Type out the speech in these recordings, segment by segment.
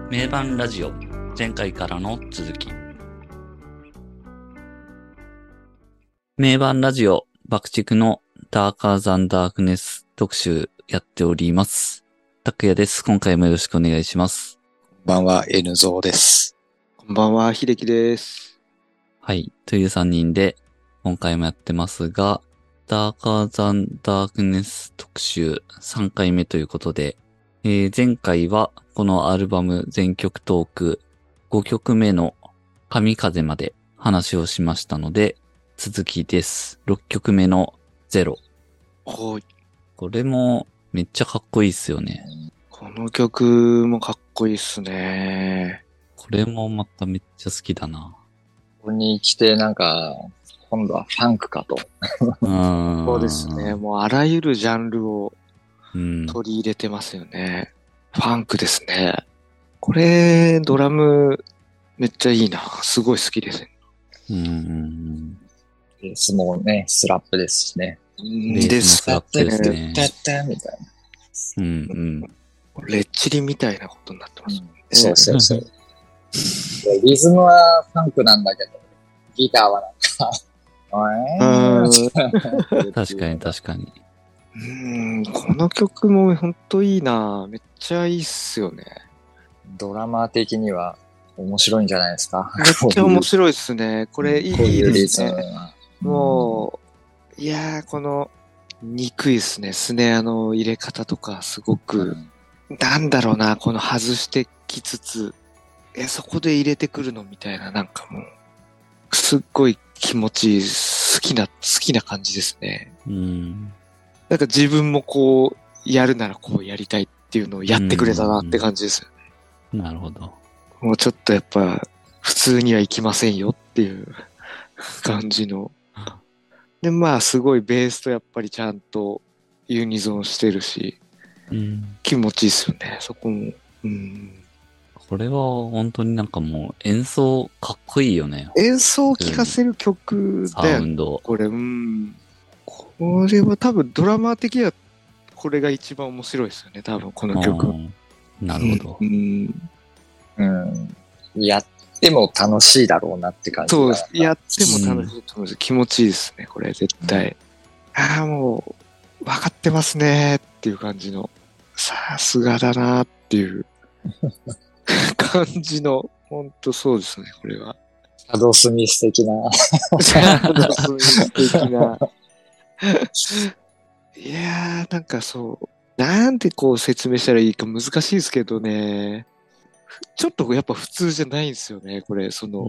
名盤ラジオ前回からの続き。名盤ラジオ爆竹のダーカーザンダークネス特集やっております。拓也です。今回もよろしくお願いします。 こんばんは、N ゾーです。 こんばんは、秀樹です。 はい。という3人で今回もやってますが、ダーカーザンダークネス特集3回目ということで、前回はこのアルバム全曲トーク5曲目の神風まで話をしましたので、続きです。6曲目のゼロ。 はい。 これもめっちゃかっこいいっすよね。 この曲もかっこいいっすね。 これもまためっちゃ好きだな。 ここに来て今度はファンクかと。 そうですね。もうあらゆるジャンルを取り入れてますよね。ファンクですね。これ、ドラムめっちゃいいな。すごい好きですね。 ベースもね、スラップですしね。 ベースもスラップですね。 タッタみたいな。 レッチリみたいなことになってます、ねそうそうそう。リズムはファンクなんだけど、ギターは確かに確かに。 この曲もほんといいな。めっちゃいいっすよね。 ドラマー的には面白いんじゃないですか。 めっちゃ面白いっすね。これいいですね。もう、いやー、この、憎いっすね。スネアの入れ方とか、すごく、なんだろうな、この外してきつつ、そこで入れてくるのみたいな、なんかもう、すっごい気持ちいい、好きな感じですね。なんか自分もこう、やるならこうやりたいっていうのをやってくれたなって感じですよね。なるほど。 もうちょっとやっぱ、普通にはいきませんよっていう感じの。で、まあ、すごいベースとやっぱりちゃんとユニゾンしてるし、気持ちいいっすよね、そこも。 これは本当になんかもう演奏かっこいいよね。 演奏を聴かせる曲だよ、 サウンド。 これ、これは多分ドラマー的にはこれが一番面白いですよね、多分この曲。 なるほど。 やっても楽しいだろうなって感じ。 そうです。やっても楽しいと思います。気持ちいいですね、これ絶対。ああ、もう、分かってますねっていう感じの、さすがだなっていう感じの、ほんとそうですね、これは。 シャドウスミス的な。 シャドウスミス的な。いやー、なんかそう、なんてこう説明したらいいか難しいですけどね。ちょっとやっぱ普通じゃないんですよね、これ、その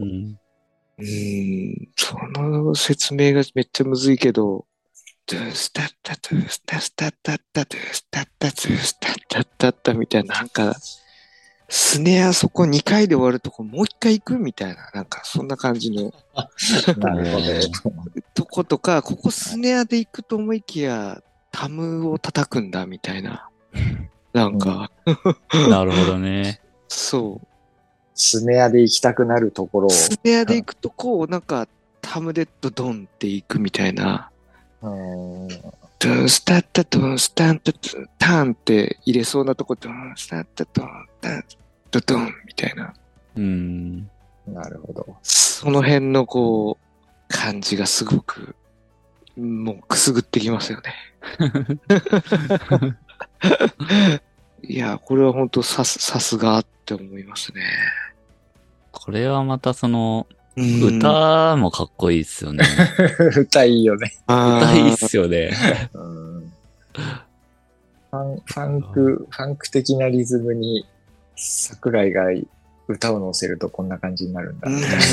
説明がめっちゃむずいけど、ドゥスタッタドゥスタスタッタッタドゥスタッタドゥスタッタッタッタみたいな、なんか、スネアそこ2回で終わるとこもう1回行くみたいな、なんかそんな感じの。 なるほど。 とことか、ここスネアで行くと思いきや、タムを叩くんだみたいな。なんか。 なるほどね。 そう。 スネアで行きたくなるところを。 スネアで行くとこう、なんか、タムでドンって行くみたいな。ドゥンスタッタドゥンスタンタタンって入れそうなとこ、ドゥンスタッタドゥンタンドドンみたいな。 なるほど。 その辺のこう、感じがすごく、もうくすぐってきますよね。いや、これは本当さすがって思いますね。 これはまたその、歌もかっこいいっすよね。 歌いいよね。 歌いいっすよね。 ファンク的なリズムに桜井が歌を乗せるとこんな感じになるんだ。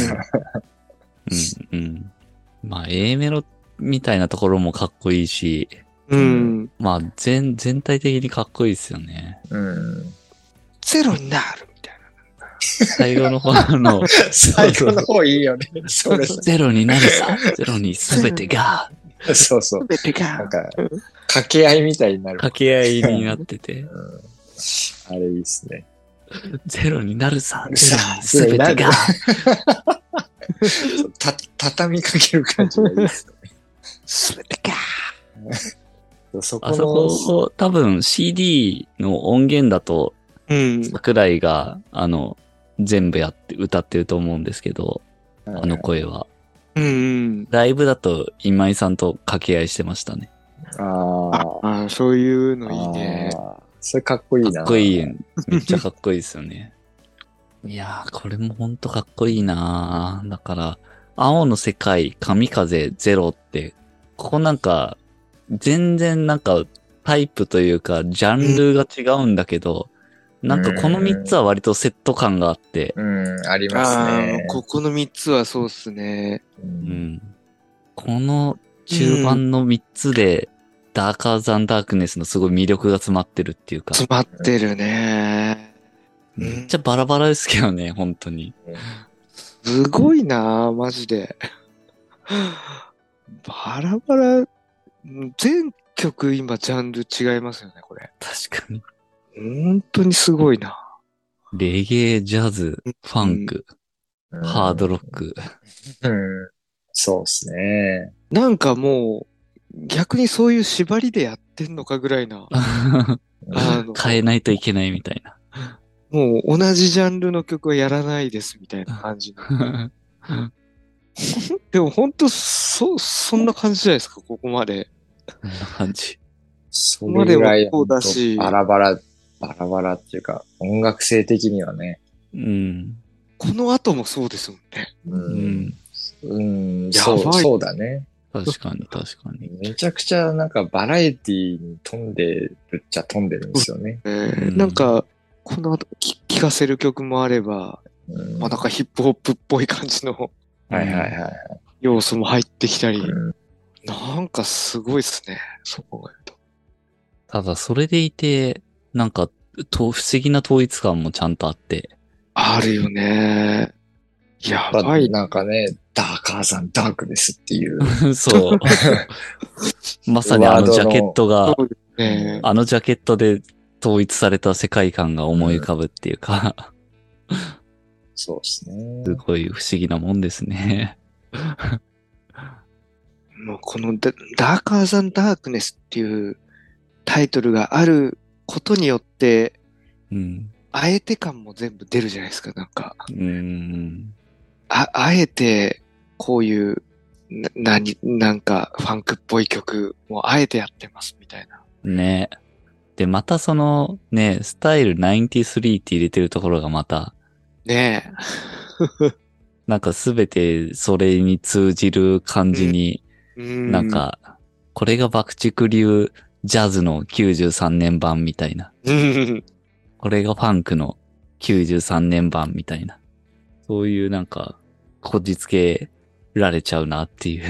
まあ A メロみたいなところもかっこいいし、まあ全体的にかっこいいっすよね。 ゼロになるみたいな。 最後の方の最後の方いいよね。そうです。 ゼロになるさ。ゼロにすべてが。 そうそう。 すべてが。 なんか、掛け合いみたいになる。 掛け合いになってて。 あれいいっすね。 ゼロになるさ。ゼロにすべてが。 畳みかける感じがいいっすね。 すべてが。 あそこ、多分 CD の音源だと、 うん。 桜井が、全部歌ってると思うんですけど、あの声は。 うんうん。 ライブだと今井さんと掛け合いしてましたね。 あそういうのあ。 いいね。 それかっこいいな。 かっこいい。めっちゃかっこいいですよね。いやー、これもほんとかっこいいなー。だから、青の世界、神風ゼロって、ここなんか、全然なんか、タイプというか、ジャンルが違うんだけど、なんかこの3つは割とセット感があって、 ありますね。 ここの3つはそうっすね。 この中盤の3つで、ダーカーザンダークネスのすごい魅力が詰まってるっていうか。 詰まってるね。 めっちゃバラバラですけどね、本当に。 すごいなマジで。バラバラ、全曲今ジャンル違いますよね、これ。 確かに。 本当にすごいな。 レゲエ、ジャズ、ファンク、ハードロック。 そうですね。 なんかもう、逆にそういう縛りでやってんのかぐらいな。 変えないといけないみたいな。 もう同じジャンルの曲はやらないですみたいな感じの。でも本当そんな感じじゃないですか、ここまで。 こんな感じ。 それぐらいそうだしバラバラっていうか、音楽性的にはね。 この後もそうですもんね。 やばい。 そうだね。 確かに。 めちゃくちゃなんかバラエティに飛んでるっちゃ飛んでるんですよね。 なんか、この後聴かせる曲もあれば、まあなんかヒップホップっぽい感じの要素も入ってきたり、なんかすごいっすね、そう考えると。 ただそれでいて、なんか不思議な統一感もちゃんとあって。 あるよね。やばい。 なんかね、ダーカーザンダークネスっていう。 そう。まさにあのジャケットが、あのジャケットで統一された世界観が思い浮かぶっていうか。 そうですね。 すごい不思議なもんですね。 もうこのダーカーザンダークネスっていうタイトルがあることによって、あえて感も全部出るじゃないですか、なんか。あえて、こういう、なんか、ファンクっぽい曲もあえてやってます、みたいな。 ね。で、またその、ね、スタイル93って入れてるところがまた。 ねえ。なんかすべてそれに通じる感じに、なんか、これが爆竹流ジャズの93年版みたいな。これがファンクの93年版みたいな。そういうなんか、こじつけられちゃうなっていう。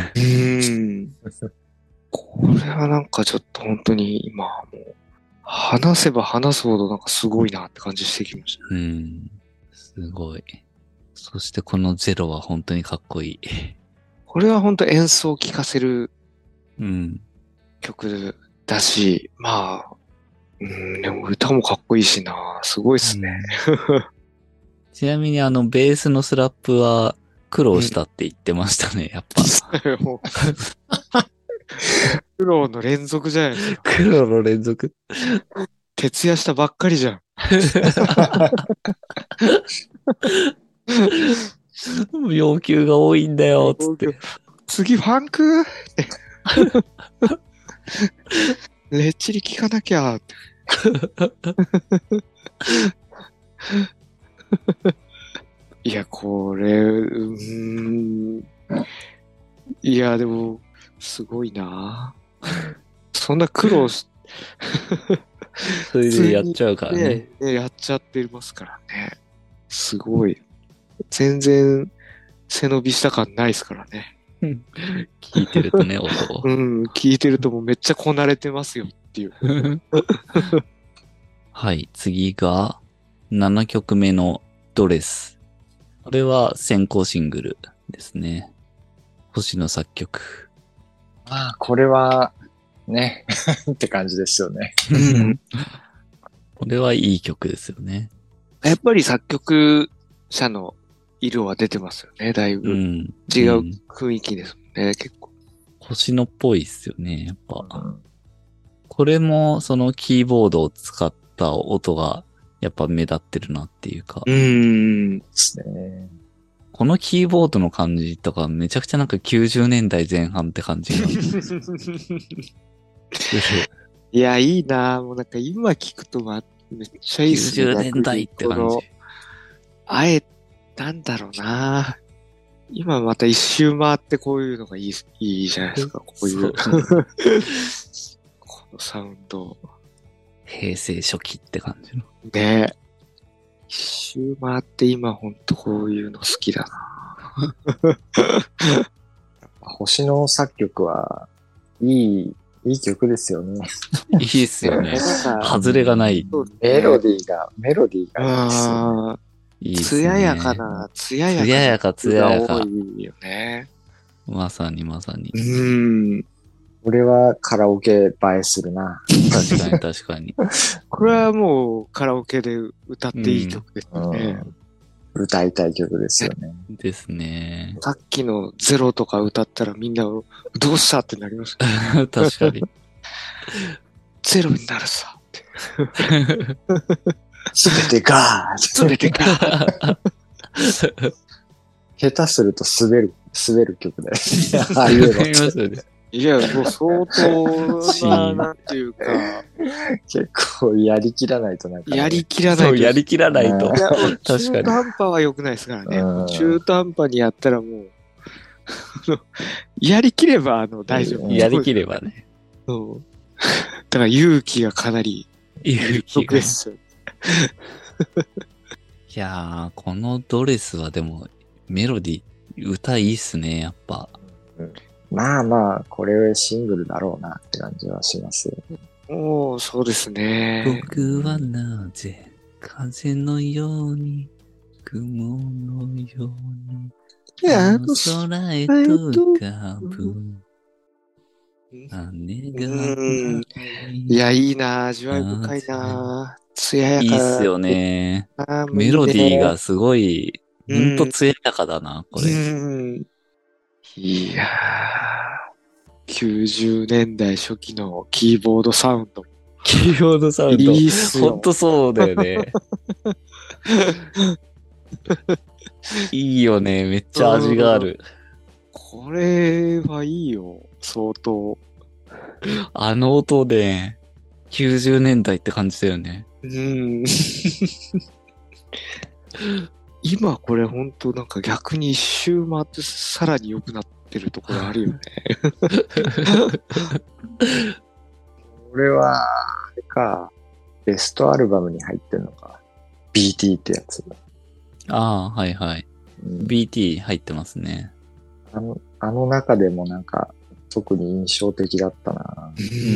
これはなんかちょっと本当に今もう、話せば話すほどなんかすごいなって感じしてきました。 すごい。そしてこのゼロは本当にかっこいい。 これは本当演奏を聴かせる曲だし、まあ、でも歌もかっこいいしな、すごいっすね。 ちなみにベースのスラップは苦労したって言ってましたね、やっぱ。 苦労の連続じゃないですか。 苦労の連続。 徹夜したばっかりじゃん。 要求が多いんだよ、つって。 次ファンクレッチリ聞かなきゃ。いや、これ、いや、でも、すごいな。そんな苦労それでやっちゃうからね。 やっちゃってますからね。すごい。全然背伸びした感ないですからね。 聞いてるとね、音を。 聞いてるともうめっちゃこなれてますよっていう。 はい、次が7曲目のドレス。これは先行シングルですね。星野作曲。 これは、ね、って感じですよね。 これはいい曲ですよね。 やっぱり作曲者の色は出てますよね、だいぶ。違う雰囲気ですもんね、結構。 星野っぽいっすよね、やっぱ。これもそのキーボードを使った音がやっぱ目立ってるなっていうか。 ですね。 このキーボードの感じとかめちゃくちゃなんか90年代前半って感じがする。 いや、いいなもうなんか今聞くとめっちゃいいっすね。 90年代って感じ。 なんだろうな今また一周回ってこういうのがいいじゃないですか。こういう。このサウンド。 平成初期って感じの。 ね一周回って今ほんとこういうの好きだな星の作曲はいい曲ですよね。 いいっすよね。外れがない。 メロディーがいいですよね。 いいっすね。 艶やかな。 艶やか。 多いよね。 まさに。 これはカラオケ映えするな。 確かに。 これはもうカラオケで歌っていい曲ですね。 歌いたい曲ですよね。 ですね。 さっきのゼロとか歌ったらみんなどうしたってなりますね。確かに。 ゼロになるさって。 すべてが下手すると滑る曲だよね。ああいうの。 いや、もう相当な、なんていうか。 結構やりきらないとなんか、 やりきらないと。 やりきらないと。 確かに。中途半端は良くないですからね。中途半端にやったらもう、やりきれば大丈夫。 やりきればね。 そう。だから勇気がかなり勇気が。 いやー、このドレスはでもメロディー、歌いいっすね、やっぱ。 まあ、これシングルだろうなって感じはしますよ。 おー、そうですね。 僕はなぜ風のように、雲のように、空へと浮かぶ。羽がいや、いいな味わい深いな艶やか。 いいっすよね。メロディーがすごい、ほんと艶やかだな、これ。 いやー、90年代初期のキーボードサウンド。 キーボードサウンド。 いいっすよ。 ほんとそうだよね。いいよね。めっちゃ味がある。 これはいいよ。相当。 あの音で、90年代って感じだよね。 今これほんとなんか逆に一周回ってさらに良くなってるところあるよね。 これは、あれか、ベストアルバムに入ってるのか。BT ってやつ。 ああ、はいはい。BT 入ってますね。 あの中でもなんか、特に印象的だったな。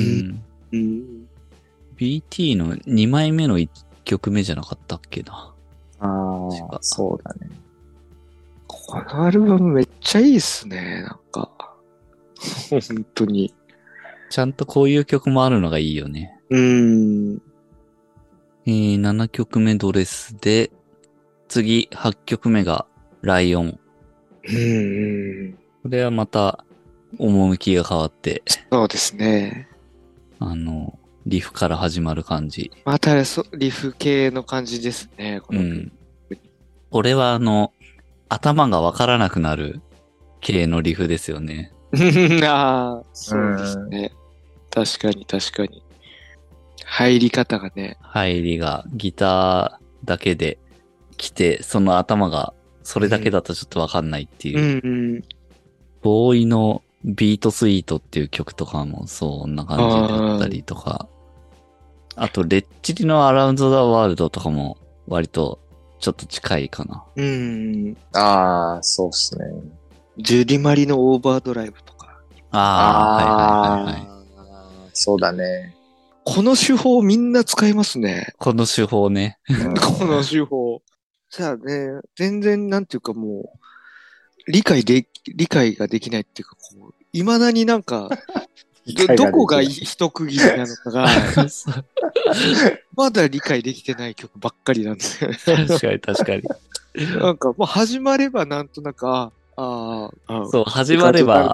BT の2枚目の1曲目じゃなかったっけな。 ああ、そうだね。 このアルバムめっちゃいいっすね、なんか。本当に。 ちゃんとこういう曲もあるのがいいよね。7曲目ドレスで、次8曲目がライオン。これはまた、趣が変わって。 そうですね。 リフから始まる感じ。 またリフ系の感じですね。 これは頭がわからなくなる系のリフですよね。 ああ、そうですね。確かに。入り方がね。 入りがギターだけで来て、その頭がそれだけだとちょっとわかんないっていう。ボーイのビートスイートっていう曲とかもそんな感じだったりとか。あと、レッチリのアラウンド・ザ・ワールドとかも割とちょっと近いかな。 ああ、そうっすね。 ジュディマリのオーバードライブとか。 はい。そうだね。 この手法みんな使いますね。 この手法ね。 この手法。さあね、全然なんていうかもう、理解ができないっていうか、こう、未だになんか、どこが一区切りなのかが、まだ理解できてない曲ばっかりなんですよね。 確かに。 なんか、もう始まればなんとなく、 そう、始まれば、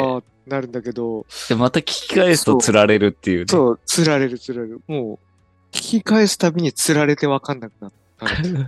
なるんだけど。 で、また聞き返すと釣られるっていうね。 そう、釣られる。もう、 き返すたびに釣られてわかんなくなった。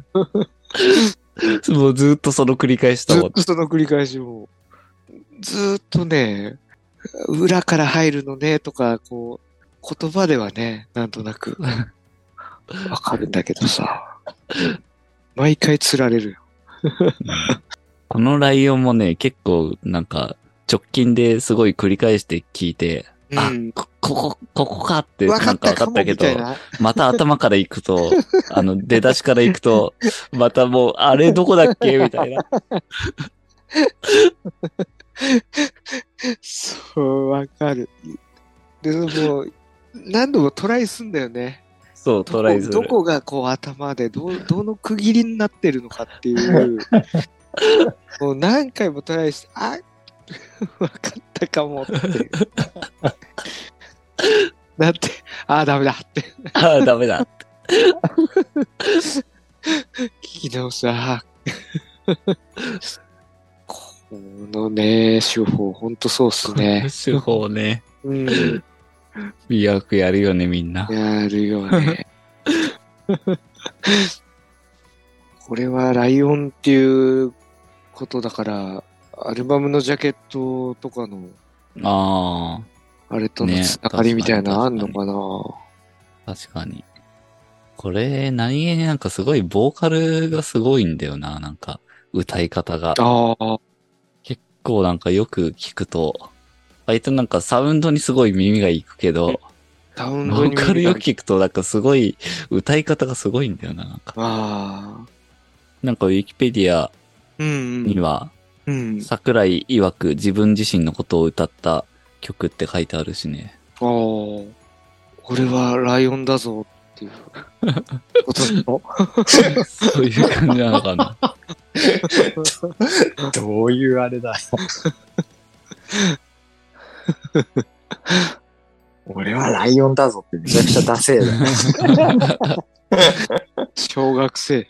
もうずっとその繰り返しだもん。 ずっとその繰り返しを。ずっとね、裏から入るのねとか、こう、言葉ではね、なんとなくわかるんだけどさ。毎回釣られるよ。 このライオンもね、結構なんか直近ですごい繰り返して聞いて、あ、ここかってなんか分かったけど、また頭から行くと、出だしから行くと、またもう、あれどこだっけみたいな。 そう、わかる。で、もう、何度もトライすんだよね。 そう、トライする。 どこがこう頭で、どの区切りになってるのかっていう、もう何回もトライして、あ、わかったかもって。だって、ダメだって。 ダメだって。 聞き直す。このね、手法、ほんとそうっすね。 手法ね。 うん。 よくやるよね、みんな。 やるよね。これはライオンっていうことだから、アルバムのジャケットとかの、あれとのつながりみたいなのあんのかな、 確かに。これ、何気になんかすごいボーカルがすごいんだよな、なんか、歌い方が。結構なんかよく聞くと、割となんかサウンドにすごい耳が行くけど、ボーカルよく聞くとなんかすごい、歌い方がすごいんだよな、なんか。なんかウィキペディアには、桜井曰く自分自身のことを歌った曲って書いてあるしね。 俺はライオンだぞっていうことなのそういう感じなのかな。 どういうあれだ。俺はライオンだぞってめちゃくちゃダセーだ。 小学生。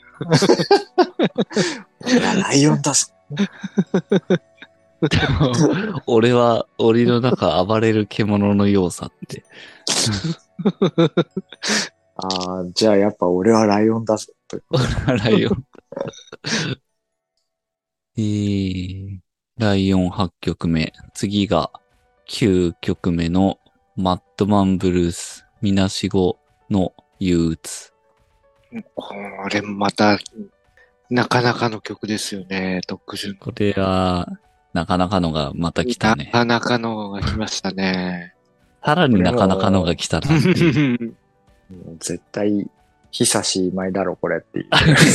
俺はライオンだぞ。 でも、俺は檻の中暴れる獣のようさって。 じゃあやっぱ俺はライオンだぞ。 俺はライオン。ライオン8曲目。次が9曲目のマッドマンブルース、みなしごの憂鬱。 これまた、なかなかの曲ですよね、ドッグジュン。 これは、なかなかのがまた来たね。 なかなかのが来ましたね。 さらになかなかのが来たなっていう。 絶対、久し今井だろ、これっていう。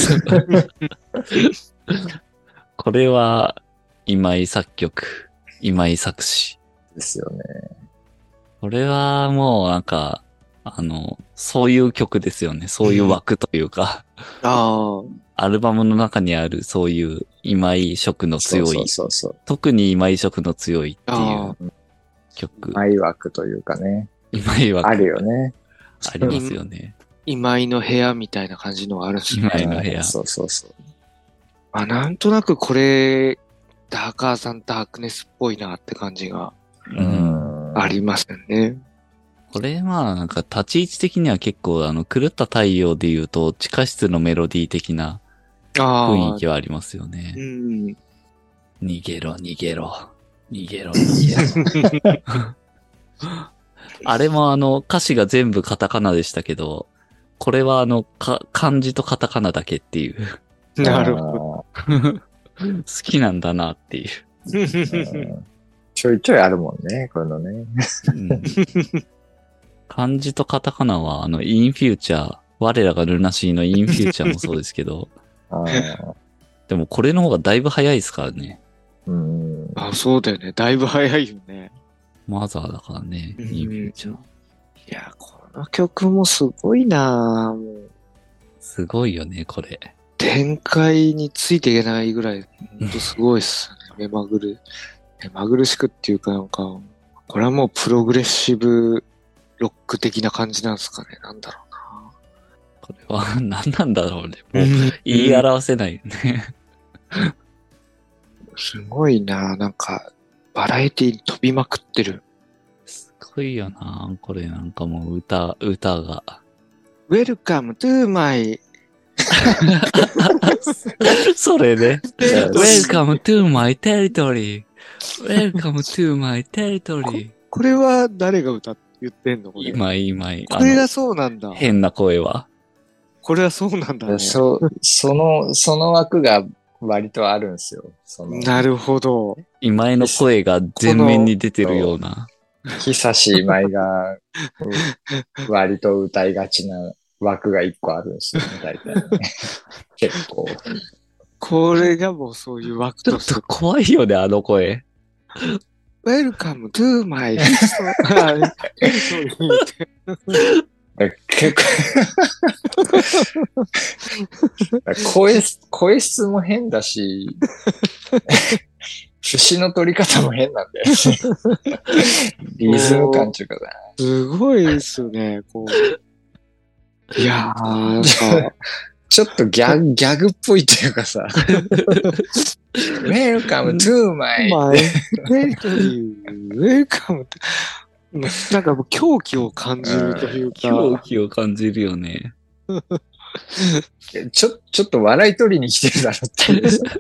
これは、今井作曲、今井作詞。 ですよね。 これはもうなんか、そういう曲ですよね。そういう枠というか。アルバムの中にあるそういう今井色の強い。特に今井色の強いっていう曲。 今井枠というかね。 今井枠。 あるよね。 ありますよね。 今井の部屋みたいな感じのがあるんですね。 今井の部屋。 そう。 なんとなくこれ、ダーカーさんダークネスっぽいなって感じがありますよね。 これなんか立ち位置的には結構狂った太陽で言うと地下室のメロディー的な雰囲気はありますよね。逃げろ。あれも歌詞が全部カタカナでしたけど、これは漢字とカタカナだけっていう。 なるほど。 好きなんだなっていう。 ちょいちょいあるもんね、こういうのね。 漢字とカタカナはインフューチャー、我らがルナシーのインフューチャーもそうですけど、でもこれの方がだいぶ早いですからね。 そうだよね。だいぶ早いよね。 マザーだからね、インフューチャー。 いや、この曲もすごいなぁ、もう。 すごいよね、これ。 展開についていけないぐらい、ほんとすごいっすね。目まぐるしくっていうかなんか、これはもうプログレッシブロック的な感じなんですかね。なんだろうな。 これは何なんだろうね。もう言い表せないよね。 すごいな。なんか、バラエティに飛びまくってる。 すごいよな。これなんかもう歌が。 Welcome to my それね。 や Welcome to my territory. Welcome to my territory. これは誰が言ってんのこれ。 今。 これがそうなんだ。 変な声は。 これはそうなんだね。 その枠が割とあるんですよ。 なるほど。 今井の声が前面に出てるような。 久し今井が割と歌いがちな枠が一個あるんですよね、大体ね。結構。 これがもうそういう枠ちょっとしてと。怖いよね、あの声。 Welcome to my 結構声質も変だし、節の取り方も変なんだよね。リズム感っていうかな。 すごいですよね、こう。いやー、なんか、 ちょっとギャグっぽいというかさ、Welcome to my Welcome to なんかもう狂気を感じるという狂か、 気を感じるよね。 ちょっと笑い取りに来てるだろっていうさ。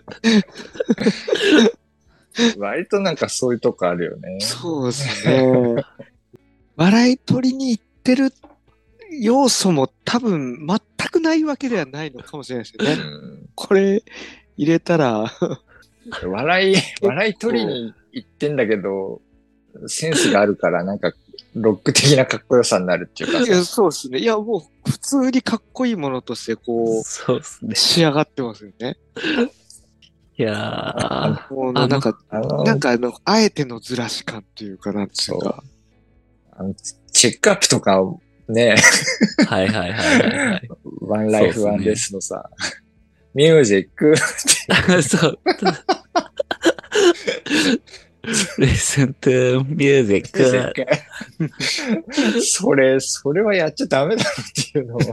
割となんかそういうとこあるよね。 そうですね。笑い取りに行ってる要素も多分全くないわけではないのかもしれないですよね。これ入れたら笑い取りに行ってんだけど、センスがあるからなんかロック的なかっこよさになるっていうかいや、 さ。 そうですね。いや、もう普通にかっこいいものとしてこそうっすう、 ね。 仕上がってますよね。 いやー。 もうなんか、 なんかあえてのずらし感っていうかなんていうか。 チェックアップとかね、 はいはいはい。 ワンライフワンレスのさ、ミュージックそう。Listen to music. それはやっちゃダメだろっていうのを。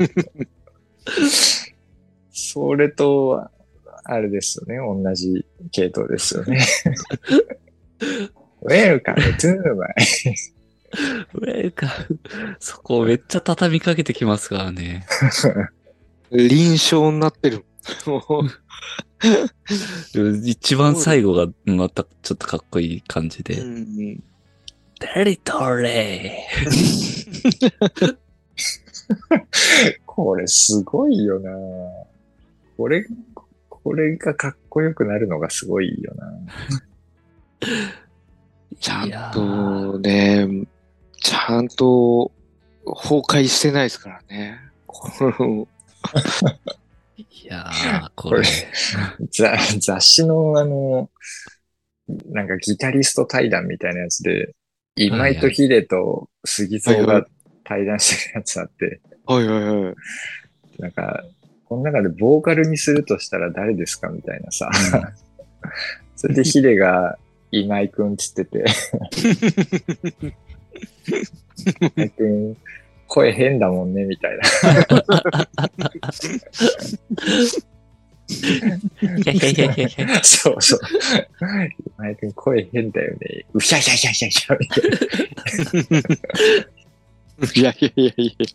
それと、あれですよね。同じ系統ですよね。Welcome to my. Welcome. そこめっちゃ畳みかけてきますからね。 臨床になってる。もう一番最後がまたちょっとかっこいい感じで。テリトリー。 これすごいよな。これがかっこよくなるのがすごいよな。 ちゃんとね、ちゃんと崩壊してないですからね。 いやー、これ。 雑誌のなんかギタリスト対談みたいなやつで、今井とヒデと杉蔵が対談してるやつあって、 はいはいはい。 なんか、この中でボーカルにするとしたら誰ですかみたいなさ。それでヒデが今井くんつってて、今井くん、声変だもんね、みたいな。そうそう。今井くん声変だよね。うひゃひゃひゃひゃひゃみたいな。 いやいやいやいや。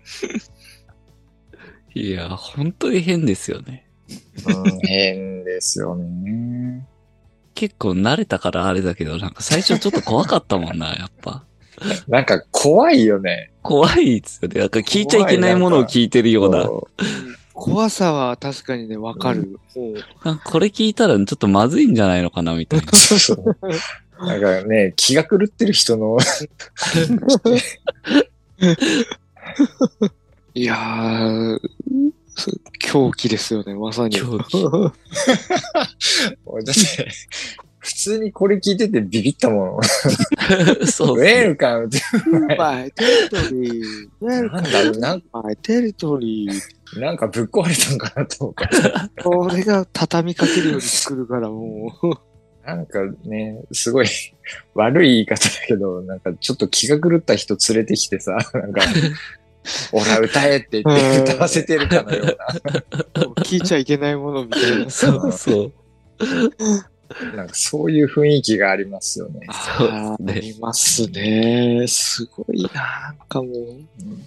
いや、本当に変ですよね。 変ですよね。 結構慣れたからあれだけど、なんか最初ちょっと怖かったもんな、やっぱ。 なんか怖いよね。 怖いですよね。なんか聞いちゃいけないものを聞いてるような。 怖さは確かにね、わかる。 なんかこれ聞いたらちょっとまずいんじゃないのかな、みたいな。 なんかね、気が狂ってる人の。 いやー、狂気ですよね、まさに。 狂気。 だって普通にこれ聞いててビビったもん。 そう。 Welcome to my territory. Welcome to my territory. なんかぶっ壊れたんかなと思うから。 これが畳みかけるように作るからもう。 なんかね、すごい悪い言い方だけど、なんかちょっと気が狂った人連れてきてさ、なんか、ほら歌えって言って歌わせてるかのような。 聞いちゃいけないものみたいな。 そうそう。 なんかそういう雰囲気がありますよね。 ありますね。すごいな、なんかもう。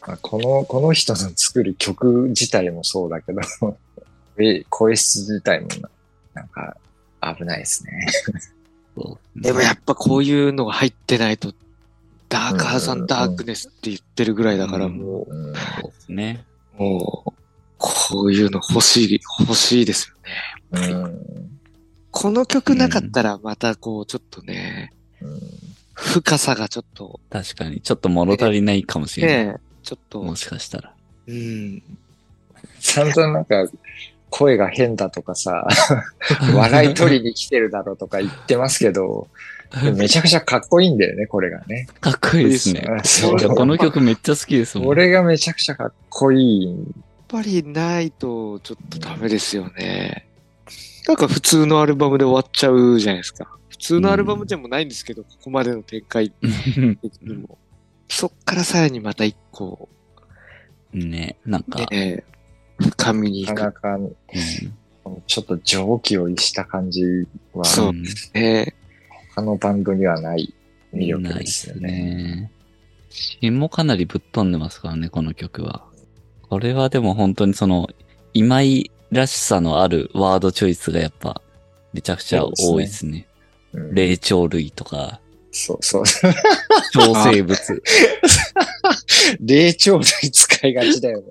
まあこの人の作る曲自体もそうだけど、声質自体もなんか危ないですね。 そうでもやっぱこういうのが入ってないと、ダーカーザンダークネスって言ってるぐらいだからもうん。 そうですね。 う、もう、こういうの欲しいですよね。 うん。 この曲なかったらまたこうちょっとね、 うん深さがちょっと確かに、ちょっと物足りないかもしれない。 ね、ちょっと、 もしかしたら。 うん。 散々なんか、声が変だとかさ、笑い取りに来てるだろうとか言ってますけど、めちゃくちゃかっこいいんだよね、これがね。 かっこいいですね。 そういやこの曲めっちゃ好きですもん。 これがめちゃくちゃかっこいい。 やっぱりないとちょっとダメですよね。なんか普通のアルバムで終わっちゃうじゃないですか。普通のアルバムでもないんですけど、ここまでの展開的にも。そっからさらにまた一個、 ね、なんか、 ね、深みに行く。 なかなか、ちょっと蒸気を逸した感じは、 そうね。 他のバンドにはない魅力ないですよですね。 ね。芯もかなりぶっ飛んでますからね、この曲は。これはでも本当にその、今井らしさのあるワードチョイスがやっぱ、めちゃくちゃ多いですね。 うん霊長類とか、 そうそう。 超生物。 霊長類使いがちだよね。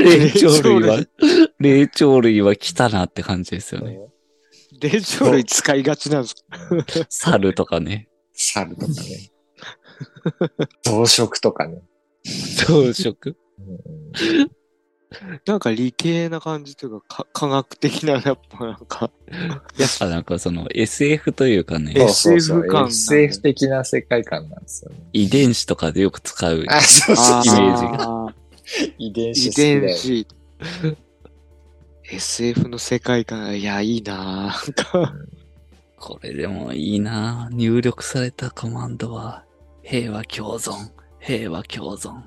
霊長類は来たなって感じですよね。 霊長類使いがちなんですか？ 猿とかね。 猿とかね。増殖とかね。 増殖うんなんか理系な感じというか、科学的な、やっぱなんか、 やっぱなんかその SF というかね、 そうそうそう SF 感なんだ SF 的な世界観なんですよね。 遺伝子とかでよく使う。 あ、そうそうイメージがが。 遺伝子遺好きだよね。 伝子。SF の世界観、いや、いいなぁ。なんかこれでもいいな入力されたコマンドは、平和共存、平和共存。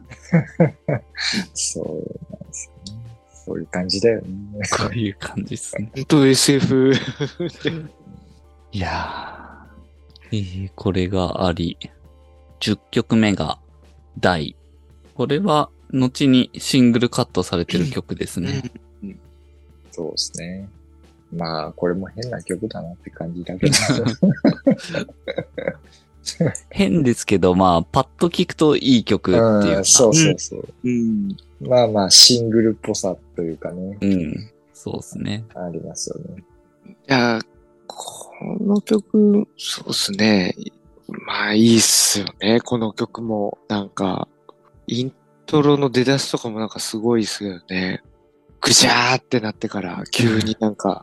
そうなんですよね。そういう感じだよね。 こういう感じですね。 本当 SF。 いやこれがあり、10曲目が大。これは、後にシングルカットされてる曲ですね。 そうですね。まあ、これも変な曲だなって感じだけど。 変ですけど、まあ、パッと聞くといい曲っていうか。 そうそうそう。 うん。 まあまあ、シングルっぽさというかね。 うん。そうですね。 ありますよね。 いや、この曲、そうですね。まあいいっすよね。この曲も、なんか、イントロの出だしとかもなんかすごいっすよね。ぐしゃーってなってから、急になんか、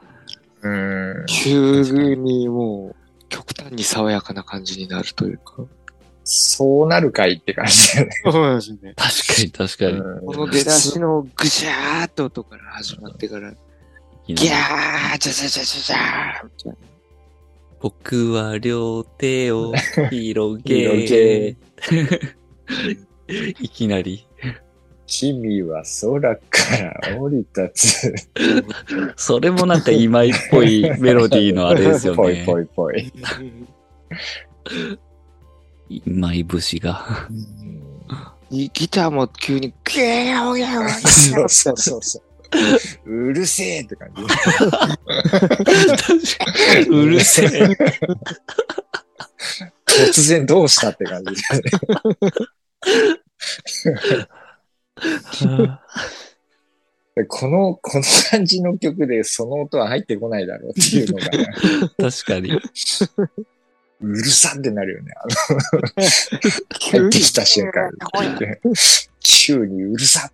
急にもう、極端に爽やかな感じになるというか。 そうなるかいって感じだよね。 そうなんですね。 確かに確かに。 この出だしのぐしゃーって音から始まってから、ギャー、じゃじゃじゃじゃーみたいな。 僕は両手を広広げ、いきなり。 君は空から降り立つ。 それもなんか今井っぽいメロディーのあれですよね。 ぽいぽい。 今井節が。 ギターも急に、ギャーギャーギャーそうそうそうそう。うるせえって感じ。 うるせえ。 突然どうしたって感じだね。この感じの曲でその音は入ってこないだろうっていうのが、ね、 確かに。 うるさってなるよね。入ってきた瞬間。急にうるさって。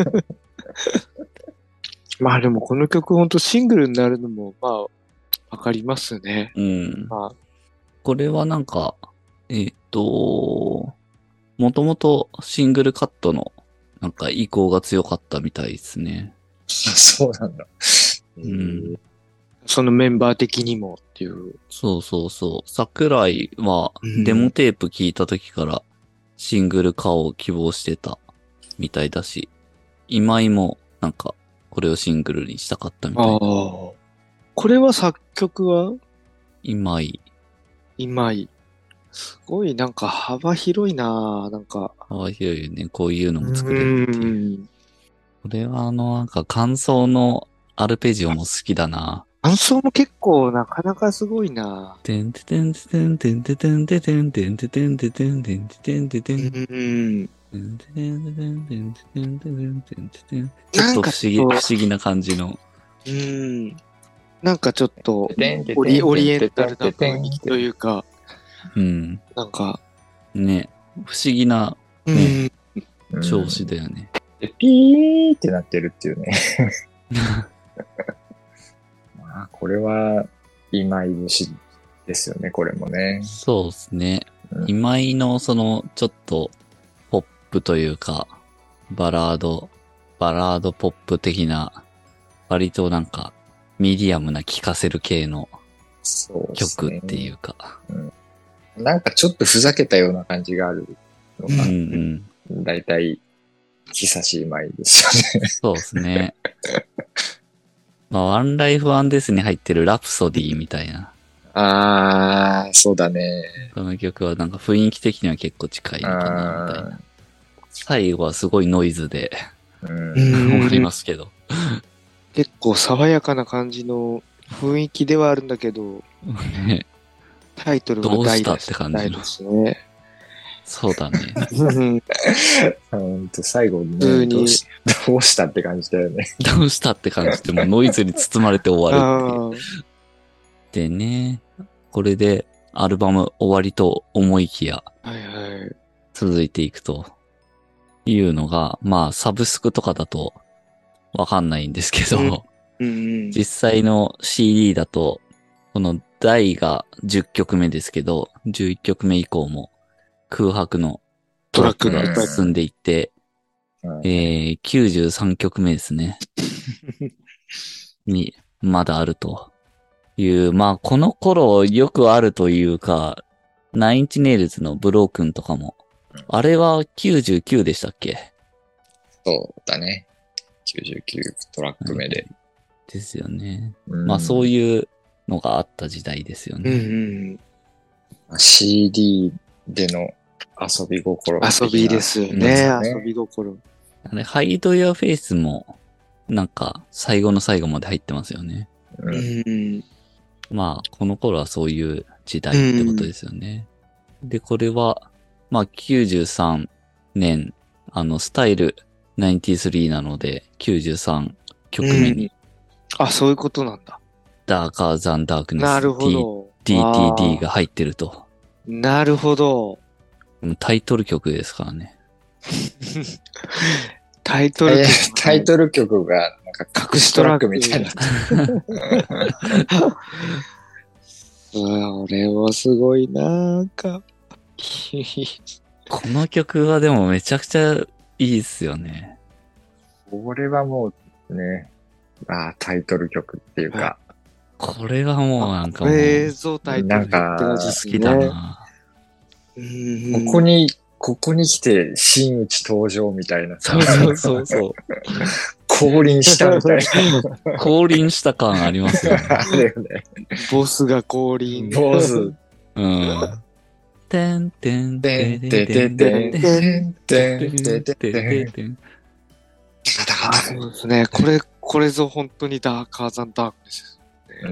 まあでもこの曲ほんとシングルになるのもまあわかりますね。 うん。 まあ、 これはなんか、もともとシングルカットのなんか意向が強かったみたいですね。 そうなんだ。 うん。 そのメンバー的にもっていう。 そうそうそう。桜井はデモテープ聞いた時からシングル化を希望してたみたいだし、今井もなんかこれをシングルにしたかったみたい。 これは作曲は今井。 今井。 すごいなんか幅広いななんか。 幅広いよね。こういうのも作うれるっていう。 ん。 これはなんか感想のアルペジオも好きだな。 感想も結構なかなかすごいなてんててんててんてんててんててんてんててんててんてんててんててん。 うん。 ちょっと不思議な感じの。 うん。なんかちょっとてんてんオリエンてんタルなてんてん雰囲気というか、 うん。 なんか、 ね。不思議なうん。 調子だよね。 でピーってなってるっていうね。まあ、これは、今井節ですよね、これもね。 そうですね。 うん今井のその、ちょっと、ポップというか、バラードポップ的な、割となんか、ミディアムな聴かせる系のそうですね。 曲っていうか。 なんかちょっとふざけたような感じがあるのが、 うんうん。 だいたい久しい前ですよね。 そうですね。まあ、ワンライフワンデスに入ってるラプソディみたいな。 あー、そうだね。 この曲はなんか雰囲気的には結構近いのかな、みたいな。 あ最後はすごいノイズでーうん終わりますけど。 結構爽やかな感じの雰囲気ではあるんだけど、 ねタイトルはどうした大って感じの大ですね。 そうだね。 うんほんと最後に普通にね、どうしたって感じだよね。 どうしたって感じでもうノイズに包まれて終わるっていう。 あでね、これでアルバム終わりと思いきやあ、はいはい。 続いていくというのが、まあサブスクとかだとわかんないんですけど、 うん実際の CD だと、この第が10曲目ですけど、11曲目以降も空白のトラックが進んでいって、 うん 93曲目ですね。に、まだあるという、まあこの頃よくあるというか、ナインチネイルズのブロークンとかも、あれは99でしたっけそうだね。99トラック目で。 ですよね。 うんまあそういうのがあった時代ですようんね。 うん。 CD での遊び心的な。 遊びですよね。 ね遊び心。 あれ、ハイド・ヨア・フェイスも、なんか、最後の最後まで入ってますよね。 ううんん。 まあ、この頃はそういう時代ってことですよね。で、これは、まあ、93年、スタイル93なので、93曲目に、 あ、そういうことなんだ。 ダーカーザンダークネスなるほど。 DTD が入ってると。 なるほど。 タイトル曲ですからね。 タイトル曲。 タイトル曲が、なんか隠しトラックみたいな。 俺はすごいなんか。 この曲はでもめちゃくちゃいいっすよね。 これはもうね、タイトル曲っていうか、 これはもうなんかもう、 映像タイトルって感じですね。 好きだな。 うん。 ここに来て、真打ち登場みたいなさそうそうそう。 降臨したみたい降臨した感ありますよね。 な。あるよね。 ボスが降臨。 坊主。 うん。てんてんてんてんてててんてんてんてんてんてん。 あ、そうですね。これぞ本当にダーカーザンダークです。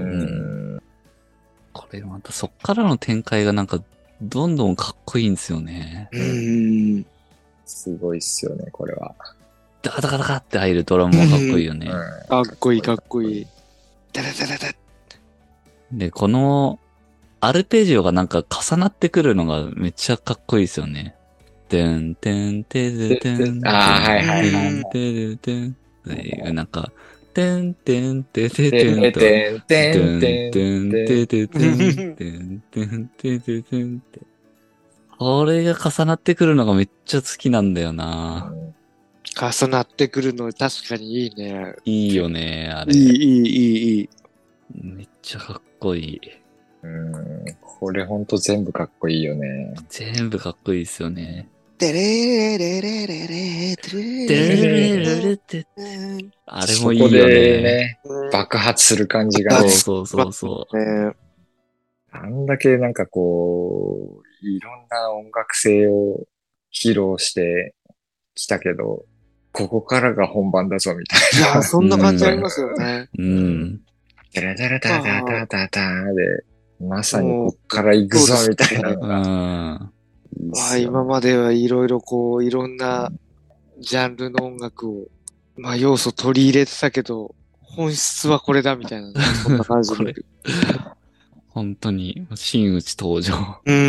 これまたそっからの展開がなんかどんどんかっこいいんですよね。 うん。 すごいっすよね、これは。 ダカダカダカって入るドラムもかっこいいよね。 かっこいいかっこいい。ダダダダダ。 で、このアルペジオがなんか重なってくるのがめっちゃかっこいいですよね。てんてんてんてん。 はいはいはい。 てんてんてん。なんか、てんてんてんてんてんと。 てんててんんててんんててんんてんてんてんてんてんてんてんって。これが重なってくるのがめっちゃ好きなんだよな。 重なってくるの確かにいいね。 いいよね、あれ。 いい。 めっちゃかっこいい。 これほんと全部かっこいいよね。 全部かっこいいですよね。 テレレレレレテレでレれれれって。 レあれもいいよそこでね。 ね、爆発する感じがね、 そうそうそうそう。 ね。 あんだけなんかこう、 いろんな音楽性を披露してきたけど、ここからが本番だぞみたいいや、そんな感じありますよね。 うん。 な。ダラダラダダダダダで、まさにこっから行くぞみたいなのうがん。 いいっまあすよね。 今まではいろいろこう、いろんなジャンルの音楽を、まあ要素取り入れてたけど、本質はこれだみたいな、そんな感じこれで。 本当に、真打ち登場。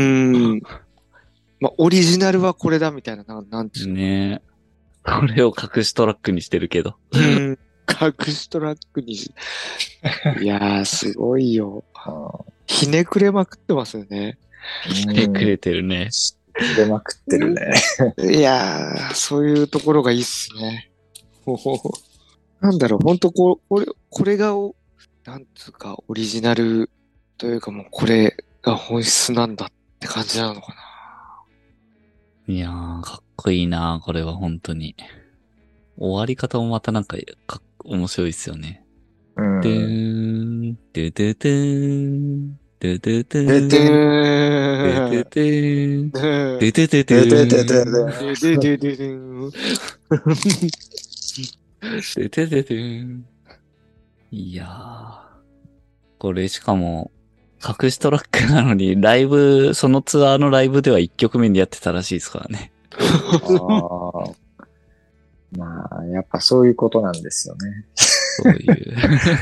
まあオリジナルはこれだみたいな、なんていうの。 ねえ。これを隠しトラックにしてるけど。 隠しトラックにし、いやー、すごいよ。ひねくれまくってますよね。 くれてるね。 出まくってるね。 いやー、そういうところがいいっすね。なんだろう、ほんとこれがなんつうか、オリジナルというかもうこれが本質なんだって感じなのかな。 いやー、かっこいいなこれは本当に。終わり方もまたなんか、面白いですよね。 うん。 ドゥーン、ドゥドゥドゥーン、ドゥドゥドゥーン、 でドゥドゥドゥーン、ドゥドゥドゥドゥーン、ドゥドゥドゥドゥーン。いやー、これしかも、隠しトラックなのに、そのツアーのライブでは1曲目でやってたらしいですからね。 まあ、やっぱそういうことなんですよね。 そういう。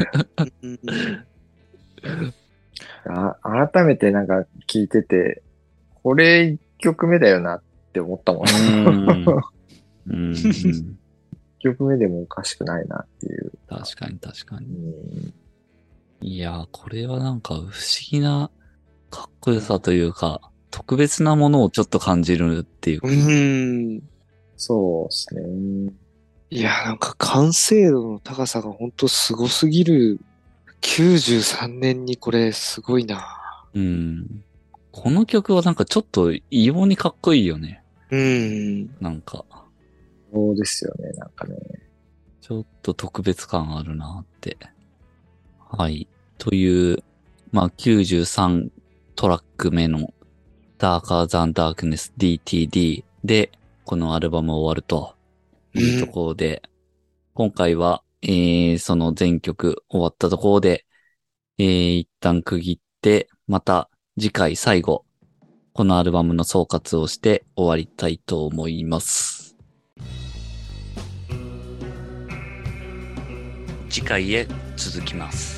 改めてなんか聞いてて、これ一曲目だよなって思ったもん。一曲目でもおかしくないなっていう。 確かに確かに。いやー、これはなんか不思議なかっこよさというか、特別なものをちょっと感じるっていうか。 そうですね。 いや、なんか完成度の高さが本当すごすぎる。93年にこれすごいな。 この曲はなんかちょっと異様にかっこいいよね。なんか。 そうですよね、なんかね。 ちょっと特別感あるなって。はい。という、まあ、93トラック目の Darker Than Darkness DTD で、このアルバム終わるというところで、今回は、その全曲終わったところで、一旦区切って、また次回最後、このアルバムの総括をして終わりたいと思います。次回へ続きます。